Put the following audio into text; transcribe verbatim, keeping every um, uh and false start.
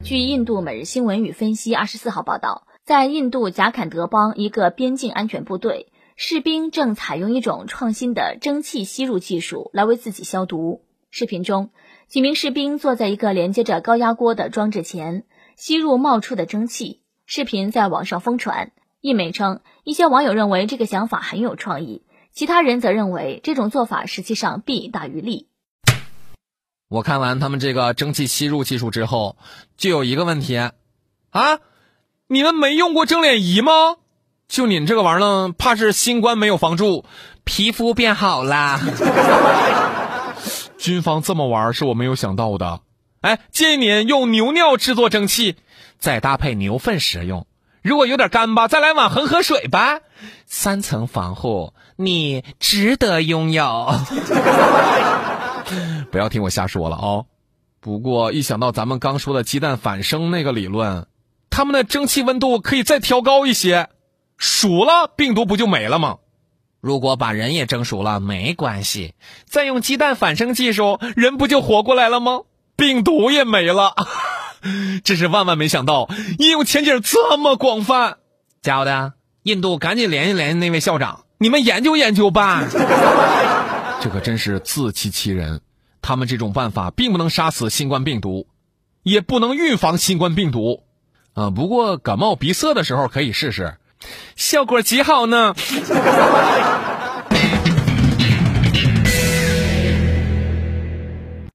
据印度每日新闻与分析二十四号报道，在印度贾坎德邦一个边境安全部队，士兵正采用一种创新的蒸汽吸入技术来为自己消毒。视频中，几名士兵坐在一个连接着高压锅的装置前，吸入冒出的蒸汽。视频在网上疯传。印媒称，一些网友认为这个想法很有创意，其他人则认为这种做法实际上弊大于利。 我看完他们这个蒸汽吸入技术之后，就有一个问题啊，你们没用过蒸脸仪吗？就你这个玩意儿，怕是新冠没有防住，皮肤变好啦。军方这么玩是我没有想到的。哎，建议你用牛尿制作蒸汽，再搭配牛粪食用。如果有点干吧，再来碗恒河水吧。三层防护，你值得拥有。不要听我瞎说了哦。不过一想到咱们刚说的鸡蛋反生那个理论，他们的蒸汽温度可以再调高一些，熟了病毒不就没了吗？如果把人也蒸熟了没关系，再用鸡蛋反生技术，人不就活过来了吗？病毒也没了。真是万万没想到，应用前景这么广泛。加油的，印度赶紧联系联系那位校长，你们研究研究吧。这可真是自欺欺人，他们这种办法并不能杀死新冠病毒，也不能预防新冠病毒啊。不过感冒鼻塞的时候可以试试，效果极好呢。